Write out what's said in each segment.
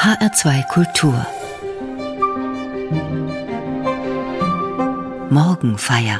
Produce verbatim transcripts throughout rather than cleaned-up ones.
H R zwei Kultur Morgenfeier.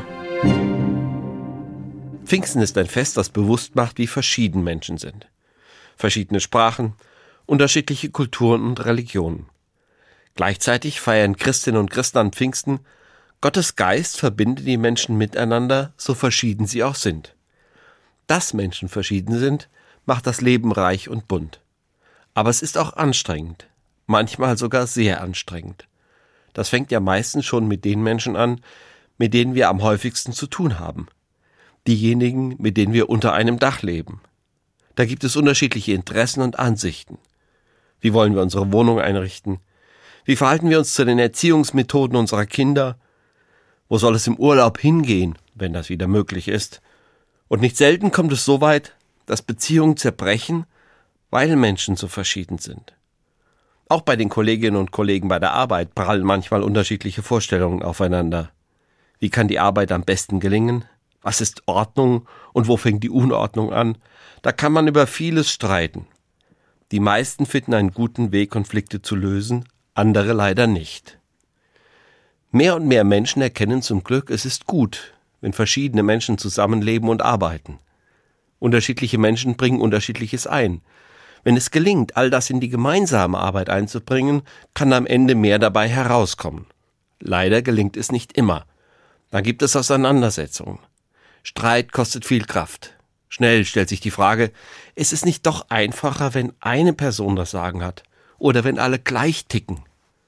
Pfingsten ist ein Fest, das bewusst macht, wie verschieden Menschen sind. Verschiedene Sprachen, unterschiedliche Kulturen und Religionen. Gleichzeitig feiern Christinnen und Christen an Pfingsten: Gottes Geist verbindet die Menschen miteinander, so verschieden sie auch sind. Dass Menschen verschieden sind, macht das Leben reich und bunt. Aber es ist auch anstrengend, manchmal sogar sehr anstrengend. Das fängt ja meistens schon mit den Menschen an, mit denen wir am häufigsten zu tun haben. Diejenigen, mit denen wir unter einem Dach leben. Da gibt es unterschiedliche Interessen und Ansichten. Wie wollen wir unsere Wohnung einrichten? Wie verhalten wir uns zu den Erziehungsmethoden unserer Kinder? Wo soll es im Urlaub hingehen, wenn das wieder möglich ist? Und nicht selten kommt es so weit, dass Beziehungen zerbrechen, weil Menschen so verschieden sind. Auch bei den Kolleginnen und Kollegen bei der Arbeit prallen manchmal unterschiedliche Vorstellungen aufeinander. Wie kann die Arbeit am besten gelingen? Was ist Ordnung und wo fängt die Unordnung an? Da kann man über vieles streiten. Die meisten finden einen guten Weg, Konflikte zu lösen, andere leider nicht. Mehr und mehr Menschen erkennen zum Glück, es ist gut, wenn verschiedene Menschen zusammenleben und arbeiten. Unterschiedliche Menschen bringen Unterschiedliches ein. Wenn es gelingt, all das in die gemeinsame Arbeit einzubringen, kann am Ende mehr dabei herauskommen. Leider gelingt es nicht immer. Dann gibt es Auseinandersetzungen. Streit kostet viel Kraft. Schnell stellt sich die Frage, ist es nicht doch einfacher, wenn eine Person das Sagen hat oder wenn alle gleich ticken?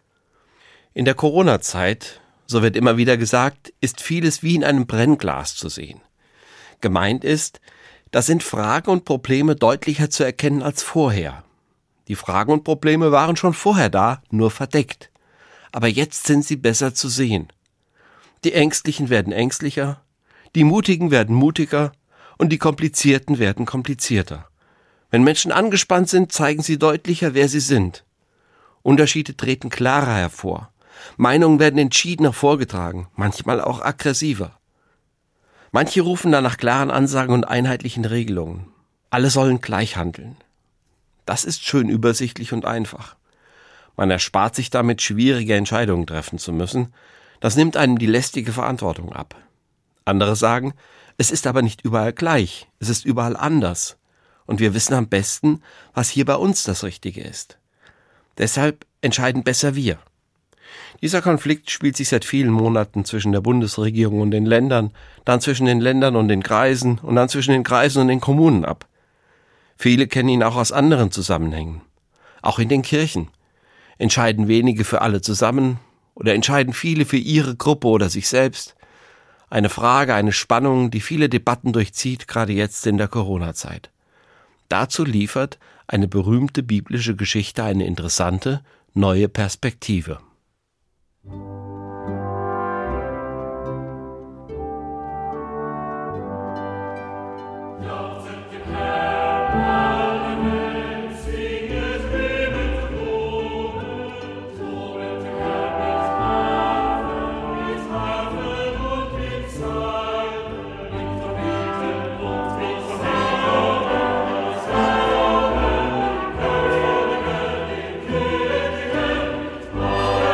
In der Corona-Zeit, so wird immer wieder gesagt, ist vieles wie in einem Brennglas zu sehen. Gemeint ist, da sind Fragen und Probleme deutlicher zu erkennen als vorher. Die Fragen und Probleme waren schon vorher da, nur verdeckt. Aber jetzt sind sie besser zu sehen. Die Ängstlichen werden ängstlicher, die Mutigen werden mutiger und die Komplizierten werden komplizierter. Wenn Menschen angespannt sind, zeigen sie deutlicher, wer sie sind. Unterschiede treten klarer hervor. Meinungen werden entschiedener vorgetragen, manchmal auch aggressiver. Manche rufen dann nach klaren Ansagen und einheitlichen Regelungen. Alle sollen gleich handeln. Das ist schön übersichtlich und einfach. Man erspart sich damit, schwierige Entscheidungen treffen zu müssen. Das nimmt einem die lästige Verantwortung ab. Andere sagen, es ist aber nicht überall gleich, es ist überall anders. Und wir wissen am besten, was hier bei uns das Richtige ist. Deshalb entscheiden besser wir. Dieser Konflikt spielt sich seit vielen Monaten zwischen der Bundesregierung und den Ländern, dann zwischen den Ländern und den Kreisen und dann zwischen den Kreisen und den Kommunen ab. Viele kennen ihn auch aus anderen Zusammenhängen. Auch in den Kirchen. Entscheiden wenige für alle zusammen oder entscheiden viele für ihre Gruppe oder sich selbst? Eine Frage, eine Spannung, die viele Debatten durchzieht, gerade jetzt in der Corona-Zeit. Dazu liefert eine berühmte biblische Geschichte eine interessante, neue Perspektive. Oh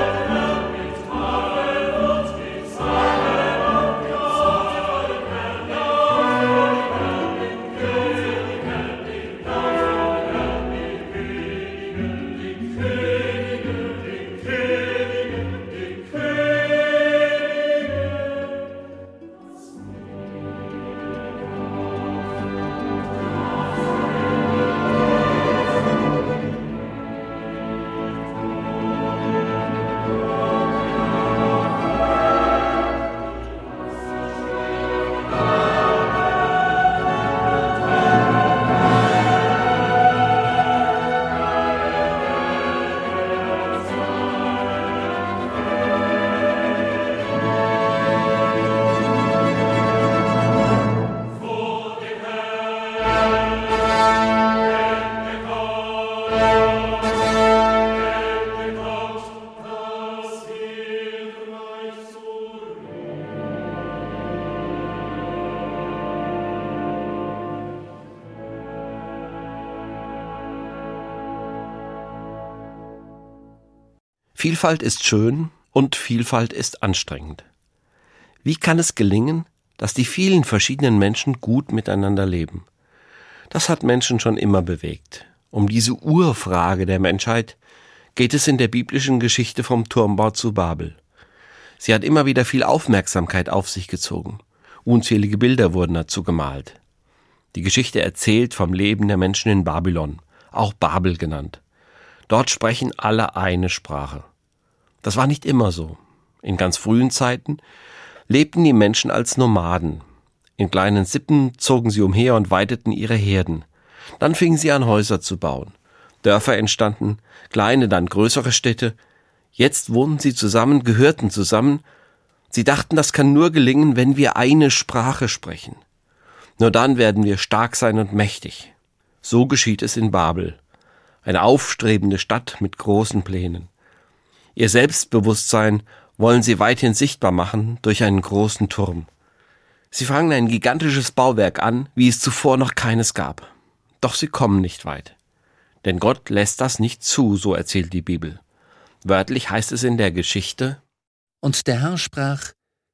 Vielfalt ist schön und Vielfalt ist anstrengend. Wie kann es gelingen, dass die vielen verschiedenen Menschen gut miteinander leben? Das hat Menschen schon immer bewegt. Um diese Urfrage der Menschheit geht es in der biblischen Geschichte vom Turmbau zu Babel. Sie hat immer wieder viel Aufmerksamkeit auf sich gezogen. Unzählige Bilder wurden dazu gemalt. Die Geschichte erzählt vom Leben der Menschen in Babylon, auch Babel genannt. Dort sprechen alle eine Sprache. Das war nicht immer so. In ganz frühen Zeiten lebten die Menschen als Nomaden. In kleinen Sippen zogen sie umher und weideten ihre Herden. Dann fingen sie an, Häuser zu bauen. Dörfer entstanden, kleine, dann größere Städte. Jetzt wohnten sie zusammen, gehörten zusammen. Sie dachten, das kann nur gelingen, wenn wir eine Sprache sprechen. Nur dann werden wir stark sein und mächtig. So geschieht es in Babel. Eine aufstrebende Stadt mit großen Plänen. Ihr Selbstbewusstsein wollen sie weithin sichtbar machen durch einen großen Turm. Sie fangen ein gigantisches Bauwerk an, wie es zuvor noch keines gab. Doch sie kommen nicht weit. Denn Gott lässt das nicht zu, so erzählt die Bibel. Wörtlich heißt es in der Geschichte: Und der Herr sprach: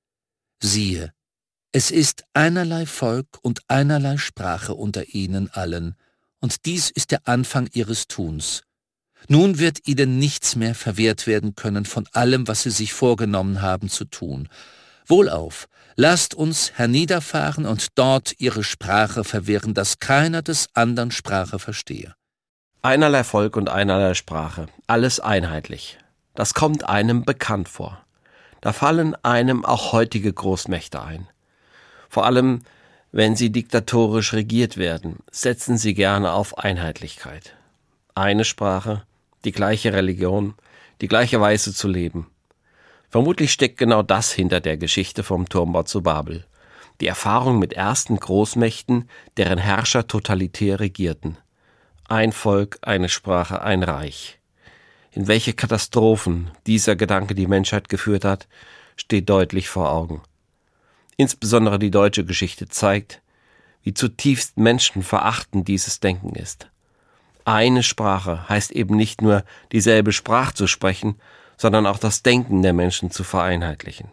Siehe, es ist einerlei Volk und einerlei Sprache unter ihnen allen, und dies ist der Anfang ihres Tuns. Nun wird ihnen nichts mehr verwehrt werden können von allem, was sie sich vorgenommen haben zu tun. Wohlauf, lasst uns herniederfahren und dort ihre Sprache verwehren, dass keiner des andern Sprache verstehe. Einerlei Volk und einerlei Sprache, alles einheitlich. Das kommt einem bekannt vor. Da fallen einem auch heutige Großmächte ein. Vor allem, wenn sie diktatorisch regiert werden, setzen sie gerne auf Einheitlichkeit. Eine Sprache, die gleiche Religion, die gleiche Weise zu leben. Vermutlich steckt genau das hinter der Geschichte vom Turmbau zu Babel. Die Erfahrung mit ersten Großmächten, deren Herrscher totalitär regierten. Ein Volk, eine Sprache, ein Reich. In welche Katastrophen dieser Gedanke die Menschheit geführt hat, steht deutlich vor Augen. Insbesondere die deutsche Geschichte zeigt, wie zutiefst menschenverachtend dieses Denken ist. Eine Sprache heißt eben nicht nur, dieselbe Sprache zu sprechen, sondern auch das Denken der Menschen zu vereinheitlichen.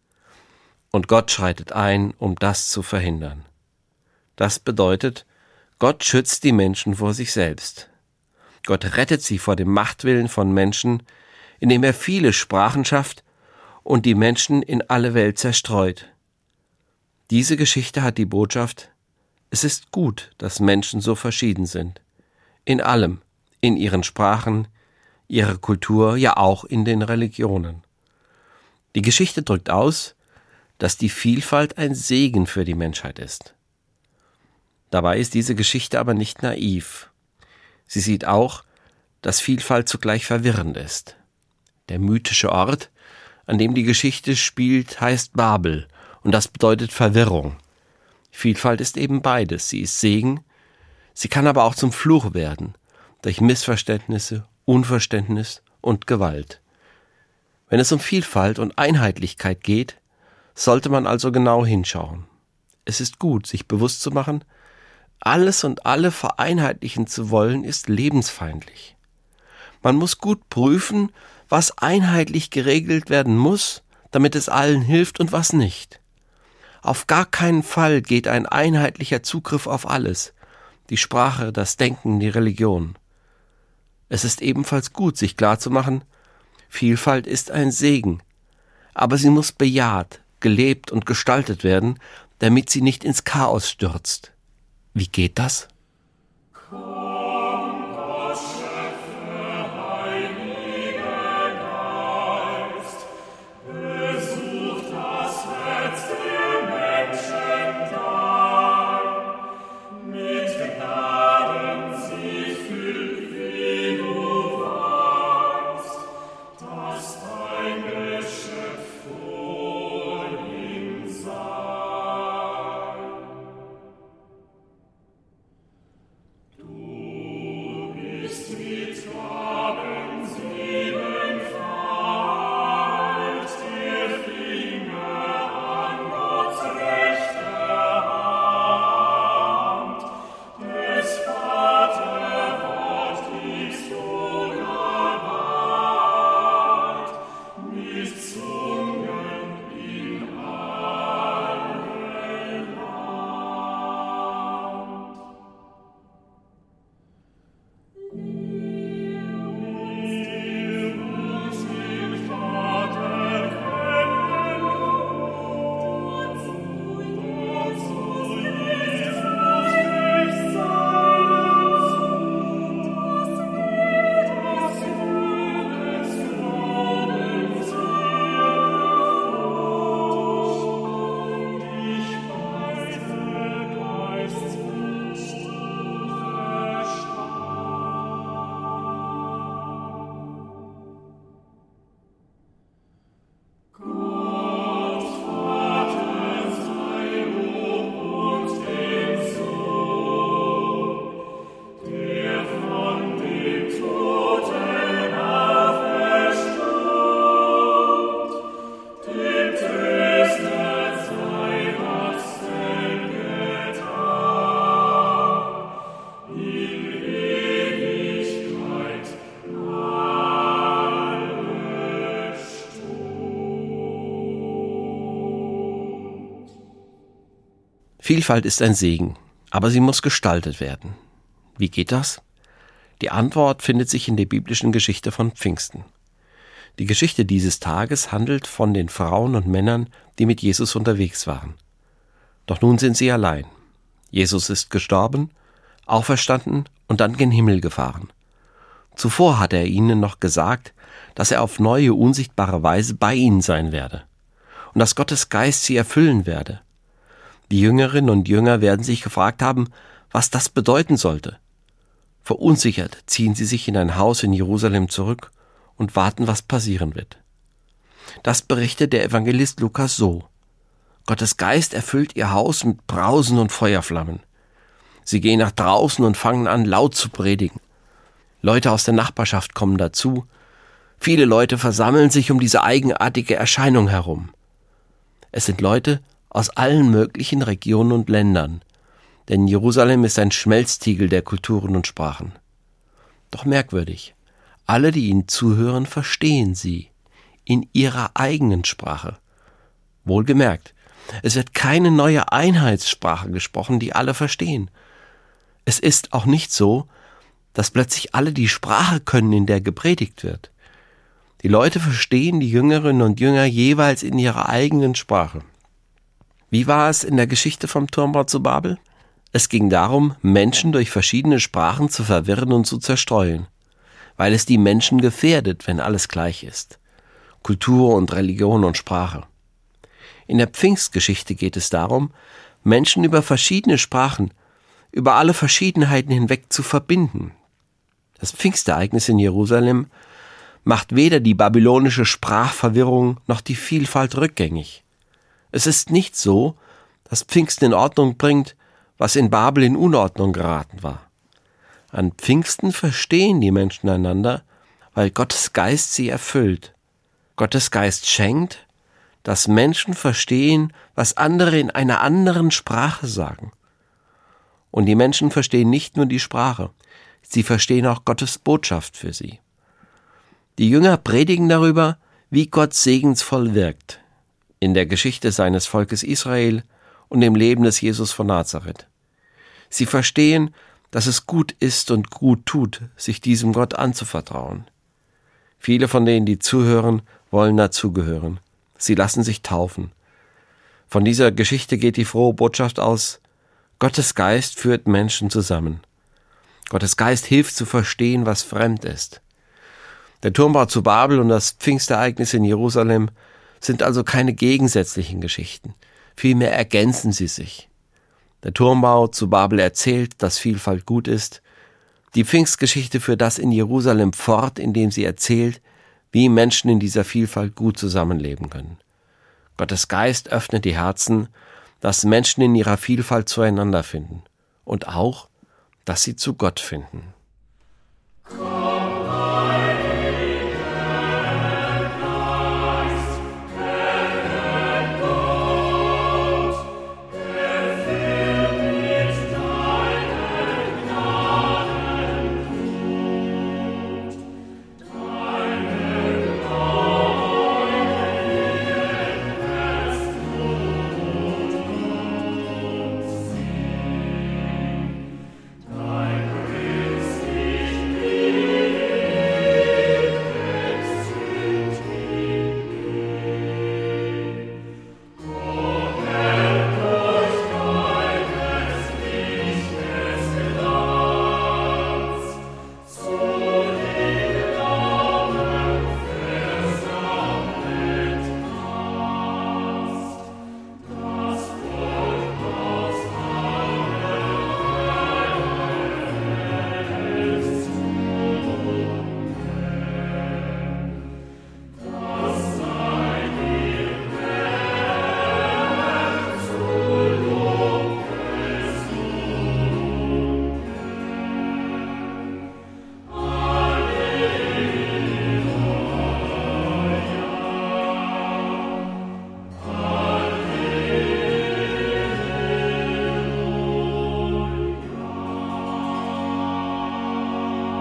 Und Gott schreitet ein, um das zu verhindern. Das bedeutet, Gott schützt die Menschen vor sich selbst. Gott rettet sie vor dem Machtwillen von Menschen, indem er viele Sprachen schafft und die Menschen in alle Welt zerstreut. Diese Geschichte hat die Botschaft: Es ist gut, dass Menschen so verschieden sind. In allem, in ihren Sprachen, ihrer Kultur, ja auch in den Religionen. Die Geschichte drückt aus, dass die Vielfalt ein Segen für die Menschheit ist. Dabei ist diese Geschichte aber nicht naiv. Sie sieht auch, dass Vielfalt zugleich verwirrend ist. Der mythische Ort, an dem die Geschichte spielt, heißt Babel, und das bedeutet Verwirrung. Vielfalt ist eben beides. Sie ist Segen, sie kann aber auch zum Fluch werden, durch Missverständnisse, Unverständnis und Gewalt. Wenn es um Vielfalt und Einheitlichkeit geht, sollte man also genau hinschauen. Es ist gut, sich bewusst zu machen, alles und alle vereinheitlichen zu wollen, ist lebensfeindlich. Man muss gut prüfen, was einheitlich geregelt werden muss, damit es allen hilft und was nicht. Auf gar keinen Fall geht ein einheitlicher Zugriff auf alles, die Sprache, das Denken, die Religion. Es ist ebenfalls gut, sich klarzumachen, Vielfalt ist ein Segen, aber sie muss bejaht, gelebt und gestaltet werden, damit sie nicht ins Chaos stürzt. Wie geht das? Vielfalt ist ein Segen, aber sie muss gestaltet werden. Wie geht das? Die Antwort findet sich in der biblischen Geschichte von Pfingsten. Die Geschichte dieses Tages handelt von den Frauen und Männern, die mit Jesus unterwegs waren. Doch nun sind sie allein. Jesus ist gestorben, auferstanden und dann gen Himmel gefahren. Zuvor hatte er ihnen noch gesagt, dass er auf neue, unsichtbare Weise bei ihnen sein werde und dass Gottes Geist sie erfüllen werde. Die Jüngerinnen und Jünger werden sich gefragt haben, was das bedeuten sollte. Verunsichert ziehen sie sich in ein Haus in Jerusalem zurück und warten, was passieren wird. Das berichtet der Evangelist Lukas so: Gottes Geist erfüllt ihr Haus mit Brausen und Feuerflammen. Sie gehen nach draußen und fangen an, laut zu predigen. Leute aus der Nachbarschaft kommen dazu. Viele Leute versammeln sich um diese eigenartige Erscheinung herum. Es sind Leute aus allen möglichen Regionen und Ländern, denn Jerusalem ist ein Schmelztiegel der Kulturen und Sprachen. Doch merkwürdig, alle, die ihnen zuhören, verstehen sie in ihrer eigenen Sprache. Wohlgemerkt, es wird keine neue Einheitssprache gesprochen, die alle verstehen. Es ist auch nicht so, dass plötzlich alle die Sprache können, in der gepredigt wird. Die Leute verstehen die Jüngerinnen und Jünger jeweils in ihrer eigenen Sprache. Wie war es in der Geschichte vom Turmbau zu Babel? Es ging darum, Menschen durch verschiedene Sprachen zu verwirren und zu zerstreuen, weil es die Menschen gefährdet, wenn alles gleich ist. Kultur und Religion und Sprache. In der Pfingstgeschichte geht es darum, Menschen über verschiedene Sprachen, über alle Verschiedenheiten hinweg zu verbinden. Das Pfingstereignis in Jerusalem macht weder die babylonische Sprachverwirrung noch die Vielfalt rückgängig. Es ist nicht so, dass Pfingsten in Ordnung bringt, was in Babel in Unordnung geraten war. An Pfingsten verstehen die Menschen einander, weil Gottes Geist sie erfüllt. Gottes Geist schenkt, dass Menschen verstehen, was andere in einer anderen Sprache sagen. Und die Menschen verstehen nicht nur die Sprache, sie verstehen auch Gottes Botschaft für sie. Die Jünger predigen darüber, wie Gott segensvoll wirkt, in der Geschichte seines Volkes Israel und im Leben des Jesus von Nazareth. Sie verstehen, dass es gut ist und gut tut, sich diesem Gott anzuvertrauen. Viele von denen, die zuhören, wollen dazugehören. Sie lassen sich taufen. Von dieser Geschichte geht die frohe Botschaft aus: Gottes Geist führt Menschen zusammen. Gottes Geist hilft zu verstehen, was fremd ist. Der Turmbau zu Babel und das Pfingstereignis in Jerusalem sind also keine gegensätzlichen Geschichten. Vielmehr ergänzen sie sich. Der Turmbau zu Babel erzählt, dass Vielfalt gut ist. Die Pfingstgeschichte führt das in Jerusalem fort, indem sie erzählt, wie Menschen in dieser Vielfalt gut zusammenleben können. Gottes Geist öffnet die Herzen, dass Menschen in ihrer Vielfalt zueinander finden und auch, dass sie zu Gott finden.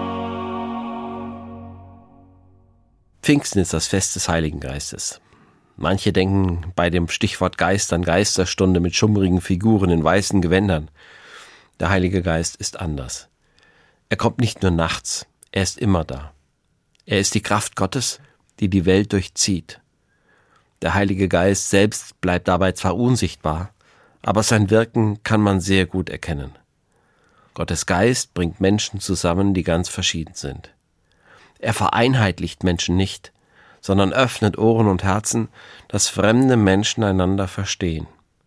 Pfingsten ist das Fest des Heiligen Geistes. Manche denken bei dem Stichwort Geist an Geisterstunde mit schummrigen Figuren in weißen Gewändern. Der Heilige Geist ist anders. Er kommt nicht nur nachts, er ist immer da. Er ist die Kraft Gottes, die die Welt durchzieht. Der Heilige Geist selbst bleibt dabei zwar unsichtbar, aber sein Wirken kann man sehr gut erkennen. Gottes Geist bringt Menschen zusammen, die ganz verschieden sind. Er vereinheitlicht Menschen nicht, sondern öffnet Ohren und Herzen, dass fremde Menschen einander verstehen.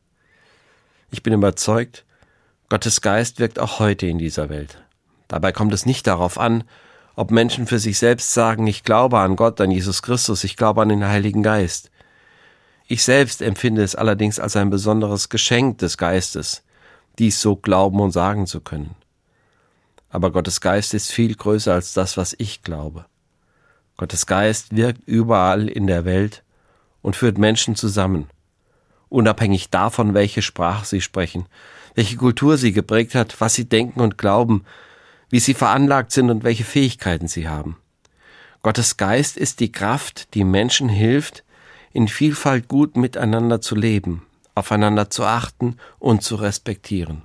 Ich bin überzeugt, Gottes Geist wirkt auch heute in dieser Welt. Dabei kommt es nicht darauf an, ob Menschen für sich selbst sagen, ich glaube an Gott, an Jesus Christus, ich glaube an den Heiligen Geist. Ich selbst empfinde es allerdings als ein besonderes Geschenk des Geistes, dies so glauben und sagen zu können. Aber Gottes Geist ist viel größer als das, was ich glaube. Gottes Geist wirkt überall in der Welt und führt Menschen zusammen, unabhängig davon, welche Sprache sie sprechen, welche Kultur sie geprägt hat, was sie denken und glauben, wie sie veranlagt sind und welche Fähigkeiten sie haben. Gottes Geist ist die Kraft, die Menschen hilft, in Vielfalt gut miteinander zu leben, aufeinander zu achten und zu respektieren.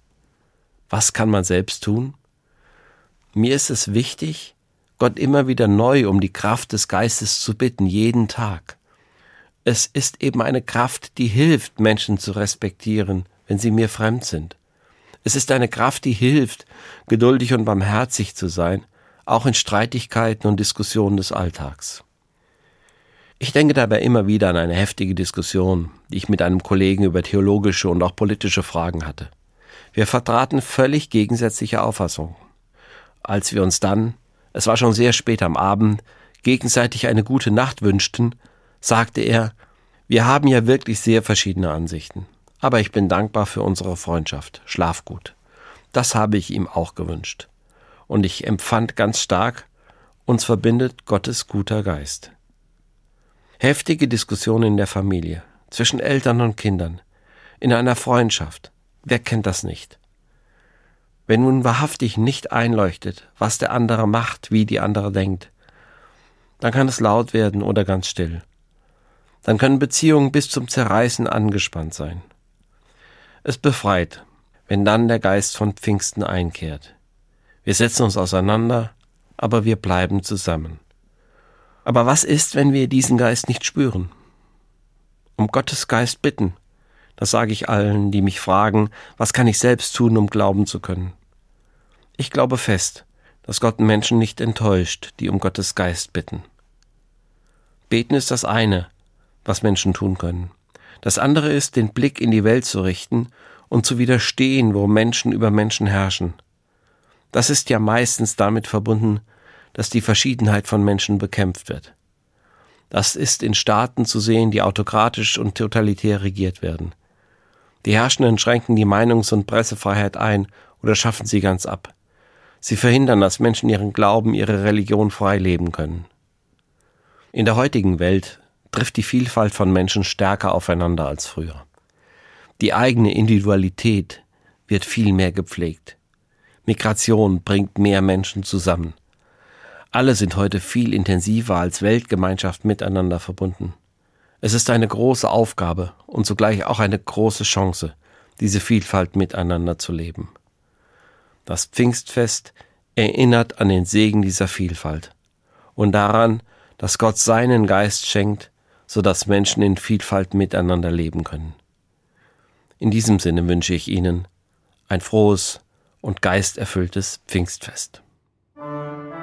Was kann man selbst tun? Mir ist es wichtig, Gott immer wieder neu um die Kraft des Geistes zu bitten, jeden Tag. Es ist eben eine Kraft, die hilft, Menschen zu respektieren, wenn sie mir fremd sind. Es ist eine Kraft, die hilft, geduldig und barmherzig zu sein, auch in Streitigkeiten und Diskussionen des Alltags. Ich denke dabei immer wieder an eine heftige Diskussion, die ich mit einem Kollegen über theologische und auch politische Fragen hatte. Wir vertraten völlig gegensätzliche Auffassungen. Als wir uns dann, es war schon sehr spät am Abend, gegenseitig eine gute Nacht wünschten, sagte er, wir haben ja wirklich sehr verschiedene Ansichten, aber ich bin dankbar für unsere Freundschaft, schlaf gut. Das habe ich ihm auch gewünscht. Und ich empfand ganz stark, uns verbindet Gottes guter Geist. Heftige Diskussionen in der Familie, zwischen Eltern und Kindern, in einer Freundschaft, wer kennt das nicht? Wenn nun wahrhaftig nicht einleuchtet, was der andere macht, wie die andere denkt, dann kann es laut werden oder ganz still. Dann können Beziehungen bis zum Zerreißen angespannt sein. Es befreit, wenn dann der Geist von Pfingsten einkehrt. Wir setzen uns auseinander, aber wir bleiben zusammen. Aber was ist, wenn wir diesen Geist nicht spüren? Um Gottes Geist bitten, das sage ich allen, die mich fragen, was kann ich selbst tun, um glauben zu können? Ich glaube fest, dass Gott Menschen nicht enttäuscht, die um Gottes Geist bitten. Beten ist das eine, was Menschen tun können. Das andere ist, den Blick in die Welt zu richten und zu widerstehen, wo Menschen über Menschen herrschen. Das ist ja meistens damit verbunden, dass die Verschiedenheit von Menschen bekämpft wird. Das ist in Staaten zu sehen, die autokratisch und totalitär regiert werden. Die Herrschenden schränken die Meinungs- und Pressefreiheit ein oder schaffen sie ganz ab. Sie verhindern, dass Menschen ihren Glauben, ihre Religion frei leben können. In der heutigen Welt trifft die Vielfalt von Menschen stärker aufeinander als früher. Die eigene Individualität wird viel mehr gepflegt. Migration bringt mehr Menschen zusammen. Alle sind heute viel intensiver als Weltgemeinschaft miteinander verbunden. Es ist eine große Aufgabe und zugleich auch eine große Chance, diese Vielfalt miteinander zu leben. Das Pfingstfest erinnert an den Segen dieser Vielfalt und daran, dass Gott seinen Geist schenkt, sodass Menschen in Vielfalt miteinander leben können. In diesem Sinne wünsche ich Ihnen ein frohes und geisterfülltes Pfingstfest.